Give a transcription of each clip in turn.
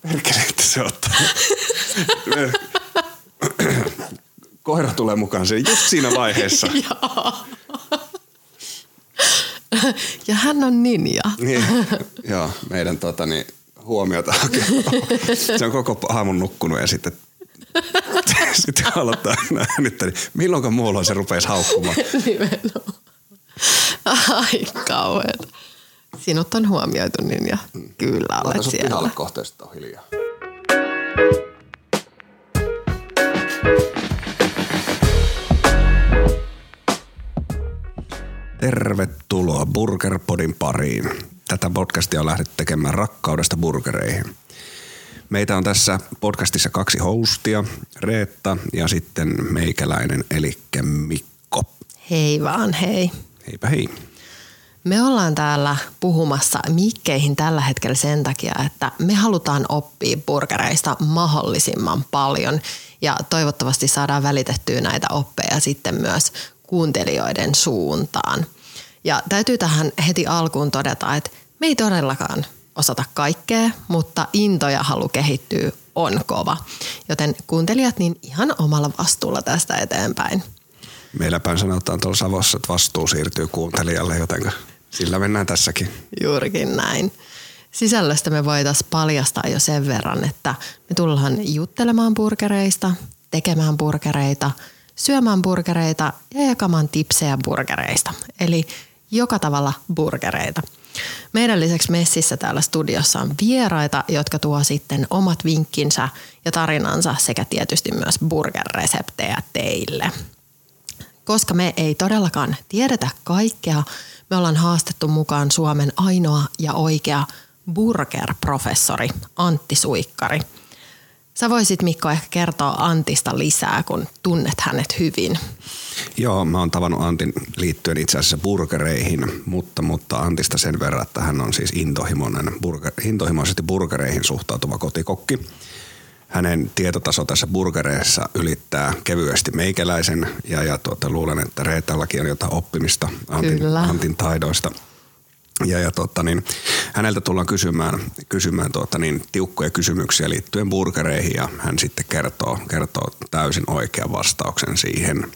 Perkele, että se ottaa. Koira tulee mukaan sen just siinä vaiheessa. Ja hän on ninja. Niin, joo, meidän huomiota. Se on koko aamun nukkunut ja sitten aloittaa äänittää. Milloinka muulla se rupeisi haukkumaan? Nimenomaan. Ai kauheeta. Sinut on huomioitu ninja. Kyllä olet siellä. Pihalle kohteesta on hiljaa. Tervetuloa Burgerpodin pariin. Tätä podcastia on lähdetty tekemään rakkaudesta burgereihin. Meitä on tässä podcastissa 2 hostia, Reetta ja sitten meikäläinen elikkä Mikko. Hei vaan, hei. Heipä hei. Me ollaan täällä puhumassa mikkeihin tällä hetkellä sen takia, että me halutaan oppia burgereista mahdollisimman paljon ja toivottavasti saadaan välitettyä näitä oppeja sitten myös kuuntelijoiden suuntaan. Ja täytyy tähän heti alkuun todeta, että me ei todellakaan osata kaikkea, mutta into ja halu kehittyä on kova. Joten kuuntelijat niin ihan omalla vastuulla tästä eteenpäin. Meillä päin sanotaan tuolla Savossa, että vastuu siirtyy kuuntelijalle, joten sillä mennään tässäkin. Juurikin näin. Sisällöstä me voitaisiin paljastaa jo sen verran, että me tullaan juttelemaan burgereista, tekemään burgereita, syömään burgereita ja jakamaan tipsejä burgereista. Eli joka tavalla burgereita. Meidän lisäksi messissä täällä studiossa on vieraita, jotka tuo sitten omat vinkkinsä ja tarinansa sekä tietysti myös burger-reseptejä teille. Koska me ei todellakaan tiedetä kaikkea, me ollaan haastettu mukaan Suomen ainoa ja oikea burger-professori Antti Suikkari. Sä voisit, Mikko, ehkä kertoa Antista lisää, kun tunnet hänet hyvin. Joo, mä oon tavannut Antin liittyen itse asiassa burgereihin, mutta Antista sen verran, että hän on siis intohimoisesti burgereihin suhtautuva kotikokki. Hänen tietotaso tässä burgereissa ylittää kevyesti meikäläisen ja luulen, että Reetallakin on jotain oppimista Antin taidoista. Häneltä tullaan kysymään tiukkoja kysymyksiä liittyen burgereihin ja hän sitten kertoo täysin oikean vastauksen siihen.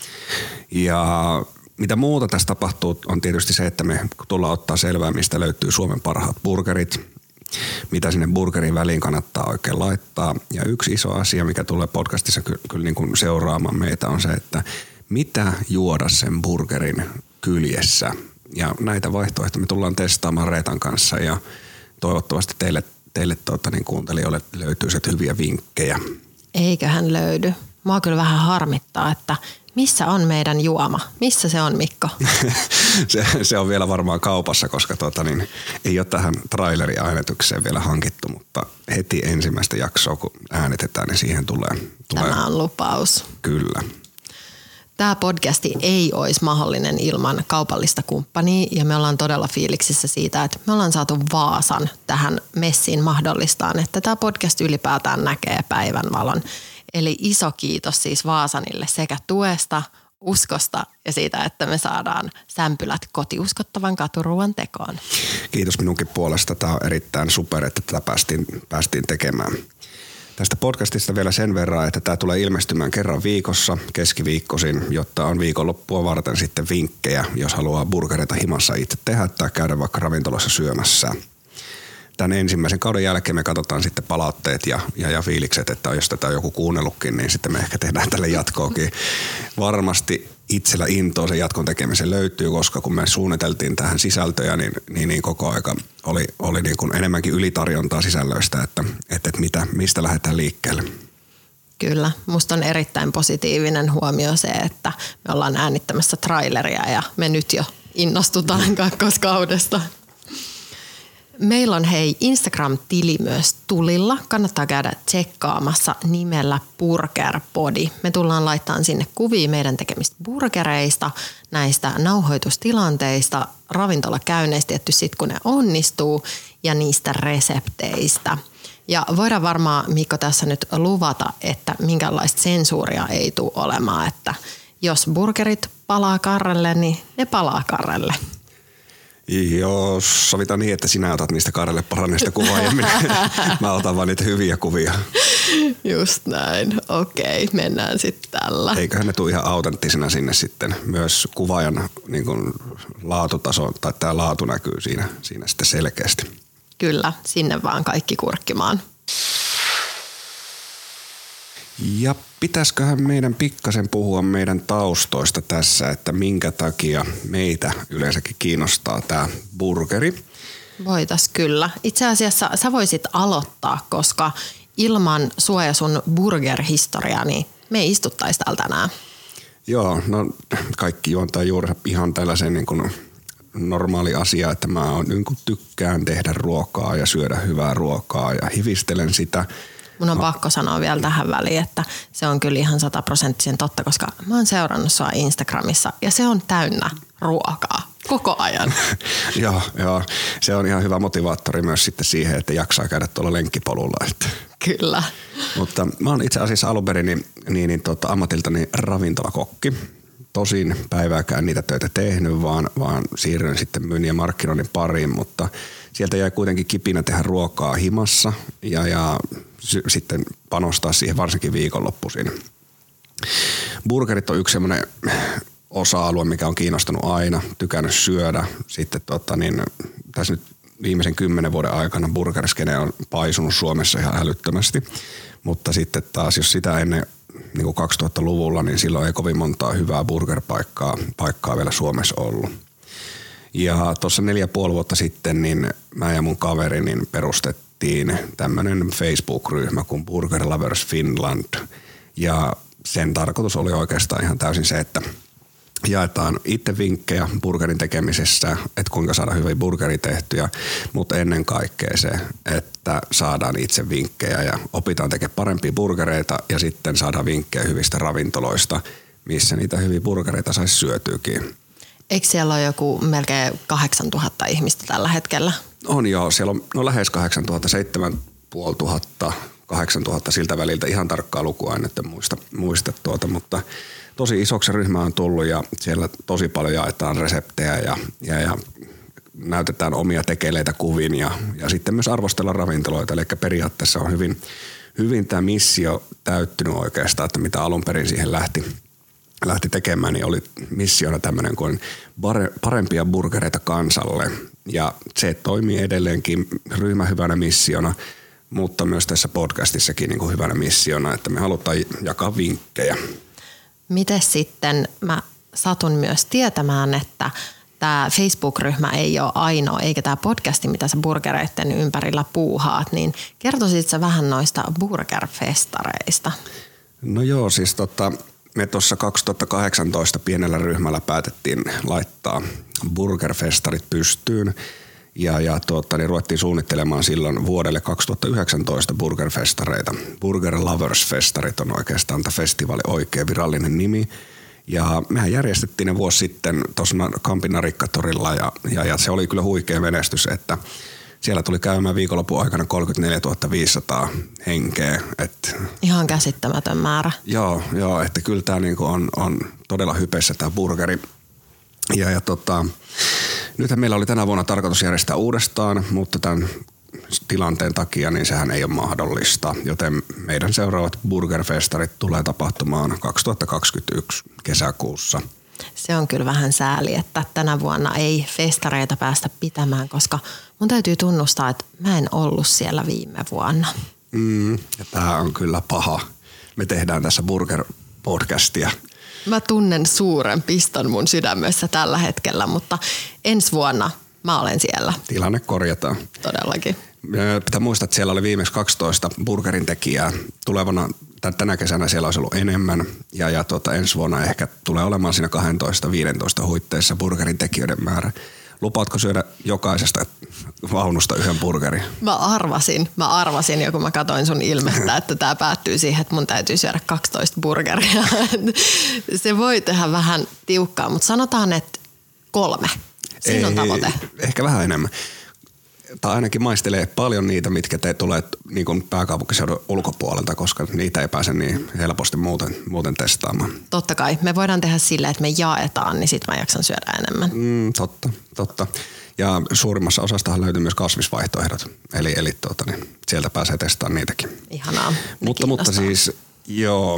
Ja mitä muuta tässä tapahtuu on tietysti se, että me tullaan ottaa selvää, mistä löytyy Suomen parhaat burgerit, mitä sinne burgerin väliin kannattaa oikein laittaa. Ja yksi iso asia, mikä tulee podcastissa kyllä niin kuin seuraamaan meitä on se, että mitä juoda sen burgerin kyljessä. Ja näitä vaihtoehtoja me tullaan testaamaan Reetan kanssa ja toivottavasti teille kuuntelijoille löytyy sieltä hyviä vinkkejä. Eiköhän löydy. Mua kyllä vähän harmittaa, että missä on meidän juoma? Missä se on, Mikko? se on vielä varmaan kaupassa, koska ei ole tähän traileriäänitykseen vielä hankittu, mutta heti ensimmäistä jaksoa kun äänitetään, niin siihen tulee. Tämä on lupaus. Kyllä. Tämä podcasti ei olisi mahdollinen ilman kaupallista kumppania ja me ollaan todella fiiliksissä siitä, että me ollaan saatu Vaasan tähän messiin mahdollistaan, että tämä podcast ylipäätään näkee päivänvalon. Eli iso kiitos siis Vaasanille sekä tuesta, uskosta ja siitä, että me saadaan sämpylät kotiuskottavan katuruuan tekoon. Kiitos minunkin puolesta. Tämä on erittäin super, että tätä päästiin tekemään. Tästä podcastista vielä sen verran, että tämä tulee ilmestymään kerran viikossa, keskiviikkoisin, jotta on viikonloppua varten sitten vinkkejä, jos haluaa burgereita himassa itse tehdä tai käydä vaikka ravintolassa syömässä. Tämän ensimmäisen kauden jälkeen me katsotaan sitten palautteet ja fiilikset, että jos tätä on joku kuunnellutkin, niin sitten me ehkä tehdään tälle jatkoakin. Varmasti itsellä intoa sen jatkon tekemisen löytyy, koska kun me suunniteltiin tähän sisältöjä, niin koko aika oli niin kuin enemmänkin ylitarjontaa sisällöistä, että mistä lähdetään liikkeelle. Kyllä, musta on erittäin positiivinen huomio se, että me ollaan äänittämässä traileria ja me nyt jo innostutaan kakkoskaudesta. Meillä on Instagram-tili myös tulilla. Kannattaa käydä tsekkaamassa nimellä Burgerpodi. Me tullaan laittamaan sinne kuvia meidän tekemistä burgereista, näistä nauhoitustilanteista, ravintolakäynneistä tietty sit kun ne onnistuu ja niistä resepteistä. Ja voidaan varmaan, Mikko, tässä nyt luvata, että minkälaista sensuuria ei tule olemaan, että jos burgerit palaa karrelle, niin ne palaa karrelle. Jos sovitaan niin, että sinä otat niistä Kaarelle paranneista kuvaa ja mä otan vaan niitä hyviä kuvia. Just näin. Okei, mennään sitten tällä. Eiköhän ne tule ihan autenttisena sinne sitten. Myös kuvaajan niin kuin laatutaso tai tämä laatu näkyy siinä sitten selkeästi. Kyllä, sinne vaan kaikki kurkkimaan. Ja pitäisiköhän meidän pikkasen puhua meidän taustoista tässä, että minkä takia meitä yleensäkin kiinnostaa tämä burgeri? Voitais kyllä. Itse asiassa sä voisit aloittaa, koska ilman sua ja sun burger-historiaa, niin me ei istuttaisi täällä tänään. Joo, no kaikki juontaa juuri ihan tällaisen niin kuin normaali asia, että mä niin kuin tykkään tehdä ruokaa ja syödä hyvää ruokaa ja hivistelen sitä. Mun on pakko sanoa vielä tähän väliin, että se on kyllä ihan 100% totta, koska mä oon seurannut sua Instagramissa ja se on täynnä ruokaa koko ajan. Joo, se on ihan hyvä motivaattori myös sitten siihen, että jaksaa käydä tuolla lenkkipolulla. Kyllä. Mutta mä oon itse asiassa alun perin ammatiltani ravintolakokki. Tosin päivääkään niitä töitä tehnyt, vaan siirryin sitten myynnin ja markkinoinnin pariin, mutta sieltä jäi kuitenkin kipinä tehdä ruokaa himassa ja sitten panostaa siihen varsinkin viikonloppuisin. Burgerit on yksi semmoinen osa-alue, mikä on kiinnostanut aina, tykännyt syödä. Sitten tässä nyt viimeisen 10 vuoden aikana burgerskene on paisunut Suomessa ihan älyttömästi, mutta sitten taas jos sitä ennen niin kuin 2000-luvulla, niin silloin ei kovin montaa hyvää burgerpaikkaa vielä Suomessa ollut. Ja tuossa 4,5 vuotta sitten niin mä ja mun kaveri niin perustettiin tämmöinen Facebook-ryhmä kuin Burger Lovers Finland. Ja sen tarkoitus oli oikeastaan ihan täysin se, että jaetaan itse vinkkejä burgerin tekemisessä, että kuinka saada hyviä burgeria tehtyjä, mutta ennen kaikkea se, että saadaan itse vinkkejä ja opitaan tekemään parempia burgereita ja sitten saadaan vinkkejä hyvistä ravintoloista, missä niitä hyviä burgereita saisi syötyäkin. Eikö siellä ole joku melkein 8000 ihmistä tällä hetkellä? On joo, siellä on lähes 8000, 7500, 8000 siltä väliltä, ihan tarkkaa lukua en nyt muista mutta tosi isoksi ryhmä on tullut ja siellä tosi paljon jaetaan reseptejä ja näytetään omia tekeleitä kuvin ja sitten myös arvostellaan ravintoloita. Eli periaatteessa on hyvin tämä missio täyttynyt oikeastaan, että mitä alun perin siihen lähti tekemään, niin oli missiona tämmöinen kuin parempia burgereita kansalle. Ja se toimii edelleenkin ryhmä hyvänä missiona, mutta myös tässä podcastissakin niin kuin hyvänä missiona, että me halutaan jakaa vinkkejä. Miten sitten mä satun myös tietämään, että tämä Facebook-ryhmä ei ole ainoa, eikä tämä podcasti, mitä sä burgereiden ympärillä puuhaat, niin kertoisit sä vähän noista burgerfestareista? No joo, siis me tuossa 2018 pienellä ryhmällä päätettiin laittaa burgerfestarit pystyyn ja niin ruvettiin suunnittelemaan silloin vuodelle 2019 burgerfestareita. Burger Lovers Festarit on oikeastaan tämä festivaalin oikea virallinen nimi. Ja mehän järjestettiin ne vuosi sitten tuossa Kampin Narikkatorilla ja se oli kyllä huikea menestys, että siellä tuli käymään viikonlopun aikana 34 500 henkeä. Ihan käsittämätön määrä. Joo, että kyllä tämä niinku on todella hypeissä tämä burgeri. Nythän meillä oli tänä vuonna tarkoitus järjestää uudestaan, mutta tämän tilanteen takia niin sehän ei ole mahdollista, joten meidän seuraavat burgerfestarit tulee tapahtumaan 2021 kesäkuussa. Se on kyllä vähän sääli, että tänä vuonna ei festareita päästä pitämään, koska mun täytyy tunnustaa, että mä en ollut siellä viime vuonna. Ja tää on kyllä paha. Me tehdään tässä burger-podcastia. Mä tunnen suuren piston mun sydämessä tällä hetkellä, mutta ensi vuonna mä olen siellä. Tilanne korjataan. Todellakin. Pitää muistaa, että siellä oli viimeksi 12 burgerin tekijää. Tulevana tänä kesänä siellä olisi ollut enemmän ja ensi vuonna ehkä tulee olemaan siinä 12-15 huitteissa burgerin tekijöiden määrä. Lupaatko syödä jokaisesta vaunusta yhden burgerin? Mä arvasin ja kun mä katsoin sun ilmettä, että tää päättyy siihen, että mun täytyy syödä 12 burgeria. Se voi tehdä vähän tiukkaa, mutta sanotaan, että 3. Siinä on tavoite. Ehkä vähän enemmän. Tai ainakin maistelee paljon niitä, mitkä te tulee niin kuin pääkaupunkiseudun ulkopuolelta, koska niitä ei pääse niin helposti muuten testaamaan. Totta kai. Me voidaan tehdä sillä, että me jaetaan, niin sit mä jaksan syödä enemmän. Totta. Ja suurimmassa osastahan löytyy myös kasvisvaihtoehdot, eli niin sieltä pääsee testaamaan niitäkin. Ihanaa. Mutta siis joo,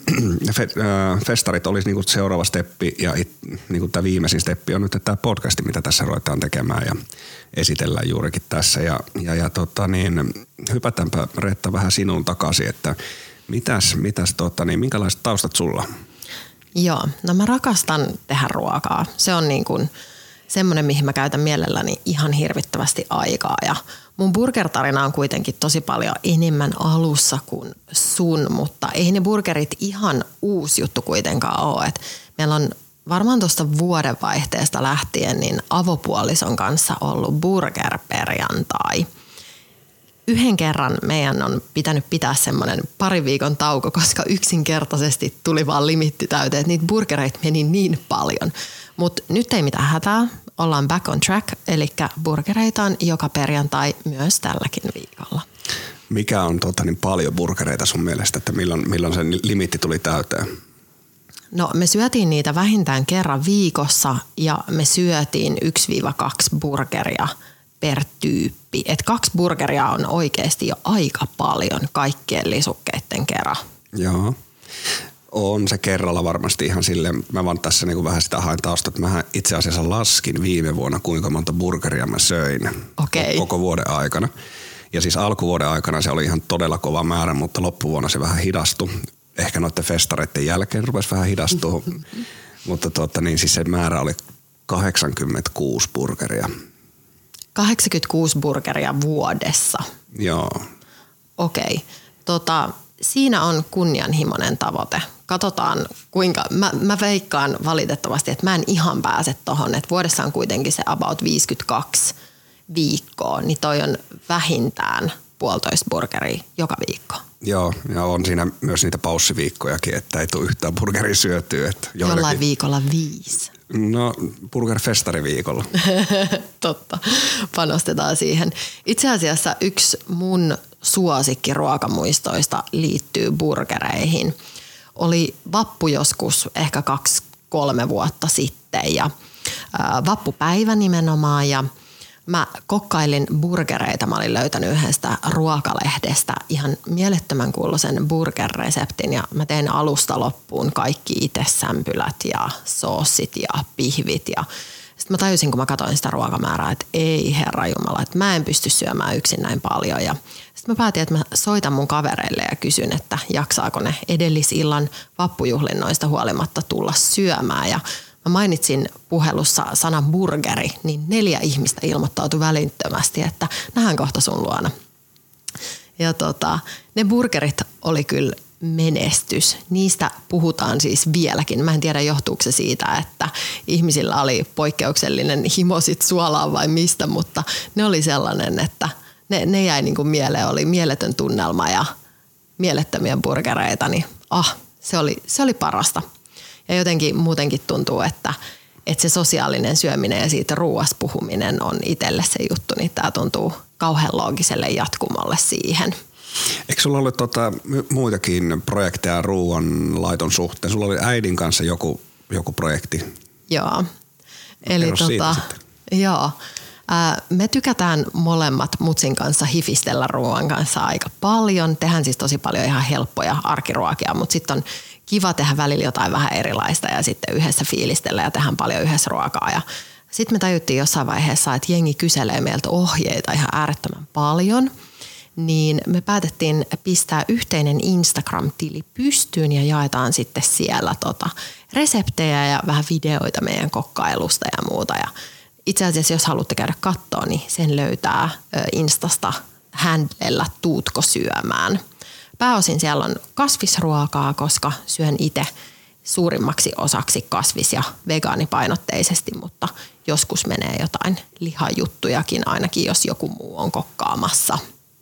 festarit olisi niinku seuraava steppi ja niinku tämä viimeisin steppi on nyt tämä podcasti, mitä tässä ruvetaan tekemään ja esitellään juurikin tässä. Ja hypätäänpä Reetta vähän sinun takaisin, että minkälaiset taustat sulla? Joo, no mä rakastan tehdä ruokaa. Se on niin kuin semmoinen, mihin mä käytän mielelläni ihan hirvittävästi aikaa. Ja mun burgertarina on kuitenkin tosi paljon enemmän alussa kuin sun, mutta ei ne burgerit ihan uusi juttu kuitenkaan ole. Et meillä on varmaan tuosta vuodenvaihteesta lähtien niin avopuolison kanssa ollut burgerperjantai. Yhden kerran meidän on pitänyt pitää semmoinen pari viikon tauko, koska yksinkertaisesti tuli vaan limitti täyteen, että niitä burgereita meni niin paljon. Mutta nyt ei mitään hätää, ollaan back on track, eli burgereita on joka perjantai myös tälläkin viikolla. Mikä on paljon burgereita sun mielestä, että milloin se limitti tuli täyteen? No me syötiin niitä vähintään kerran viikossa ja me syötiin 1-2 burgeria per tyyppi. Et 2 burgeria on oikeasti jo aika paljon kaikkien lisukkeiden kerran. Joo. On se kerralla varmasti ihan silleen. Mä vaan tässä niinku vähän sitä hain taustaa, että mä itse asiassa laskin viime vuonna, kuinka monta burgeria mä söin koko vuoden aikana. Ja siis alkuvuoden aikana se oli ihan todella kova määrä, mutta loppuvuonna se vähän hidastui. Ehkä noiden festareiden jälkeen rupesi vähän hidastua. Mutta siis se määrä oli 86 burgeria. 86 burgeria vuodessa? Joo. Okei. Siinä on kunnianhimoinen tavoite. Katsotaan kuinka, mä veikkaan valitettavasti, että mä en ihan pääse tohon, että vuodessa on kuitenkin se about 52 viikkoa, niin toi on vähintään 1,5 burgeria joka viikko. Joo, ja on siinä myös niitä paussiviikkojakin, että ei tule yhtään burgeria syötyä. Että jollain viikolla 5. No, burgerfestariviikolla. Totta, panostetaan siihen. Itse asiassa yksi mun suosikkiruokamuistoista liittyy burgereihin. Oli vappu joskus ehkä 2-3 vuotta sitten ja vappupäivä nimenomaan ja mä kokkailin burgereita. Mä olin löytänyt yhdestä ruokalehdestä ihan mielettömän kuuluisen burger-reseptin ja mä tein alusta loppuun kaikki itse sämpylät ja soossit ja pihvit ja sitten mä tajusin, kun mä katsoin sitä ruokamäärää, että ei herranjumala, että mä en pysty syömään yksin näin paljon. Ja sitten mä päätin, että mä soitan mun kavereille ja kysyn, että jaksaako ne edellisillan vappujuhlinnoista huolimatta tulla syömään. Ja mä mainitsin puhelussa sanan burgeri, niin 4 ihmistä ilmoittautui välittömästi, että nähdään kohta sun luona. Ja ne burgerit oli kyllä menestys. Niistä puhutaan siis vieläkin. Mä en tiedä, johtuuko se siitä, että ihmisillä oli poikkeuksellinen himo sit suolaan vai mistä, mutta ne oli sellainen, että ne jäi niin kuin mieleen. Oli mieletön tunnelma ja mielettömiä burgereita, niin se oli parasta. Ja jotenkin muutenkin tuntuu, että se sosiaalinen syöminen ja siitä ruuasta puhuminen on itselle se juttu, niin tämä tuntuu kauhean loogiselle jatkumolle siihen. Eikö sulla ollut muitakin projekteja ruoanlaiton suhteen? Sulla oli äidin kanssa joku projekti. Joo. Eli joo. Me tykätään molemmat mutsin kanssa hifistellä ruoan kanssa aika paljon. Tehdään siis tosi paljon ihan helppoja arkiruokia, mutta sitten on kiva tehdä välillä jotain vähän erilaista ja sitten yhdessä fiilistellä ja tehdään paljon yhdessä ruokaa. Ja sitten me tajuttiin jossain vaiheessa, että jengi kyselee meiltä ohjeita ihan äärettömän paljon. Niin me päätettiin pistää yhteinen Instagram-tili pystyyn ja jaetaan sitten siellä reseptejä ja vähän videoita meidän kokkailusta ja muuta. Ja itse asiassa, jos haluatte käydä katsoa, niin sen löytää Instasta handlella Tuutko syömään. Pääosin siellä on kasvisruokaa, koska syön itse suurimmaksi osaksi kasvis- ja vegaanipainotteisesti, mutta joskus menee jotain lihajuttujakin, ainakin jos joku muu on kokkaamassa.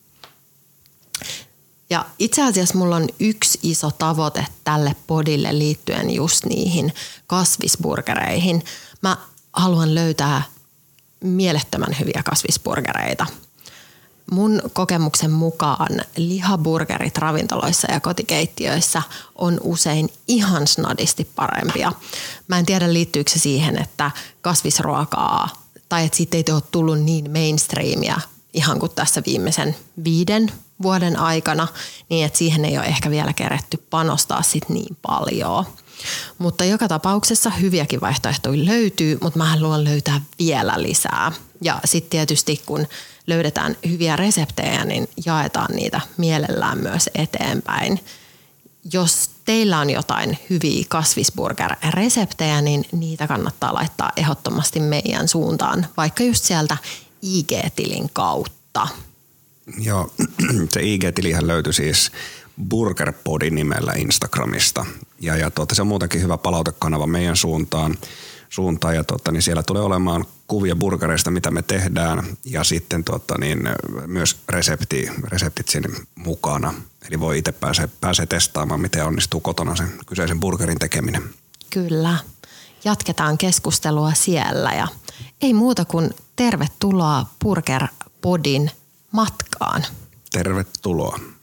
Ja itse asiassa mulla on yksi iso tavoite tälle podille liittyen just niihin kasvisburgereihin. Mä haluan löytää mielettömän hyviä kasvisburgereita. Mun kokemuksen mukaan lihaburgerit ravintoloissa ja kotikeittiöissä on usein ihan snadisti parempia. Mä en tiedä liittyykö se siihen, että kasvisruokaa tai että siitä ei ole tullut niin mainstreamia ihan kuin tässä viimeisen 5 vuoden aikana, niin että siihen ei ole ehkä vielä keretty panostaa sit niin paljon. Mutta joka tapauksessa hyviäkin vaihtoehtoja löytyy, mutta mä haluan löytää vielä lisää. Ja sitten tietysti kun löydetään hyviä reseptejä, niin jaetaan niitä mielellään myös eteenpäin. Jos teillä on jotain hyviä kasvisburger-reseptejä, niin niitä kannattaa laittaa ehdottomasti meidän suuntaan, vaikka just sieltä IG-tilin kautta. Joo, se IG-tilihän löytyi siis BurgerPodin nimellä Instagramista. Ja se on muutenkin hyvä palautekanava meidän suuntaan ja niin siellä tulee olemaan kuvia burgereista, mitä me tehdään ja sitten myös reseptit sinne mukana. Eli voi itse pääsee testaamaan, miten onnistuu kotona sen kyseisen burgerin tekeminen. Kyllä. Jatketaan keskustelua siellä ja ei muuta kuin tervetuloa BurgerPodin matkaan. Tervetuloa.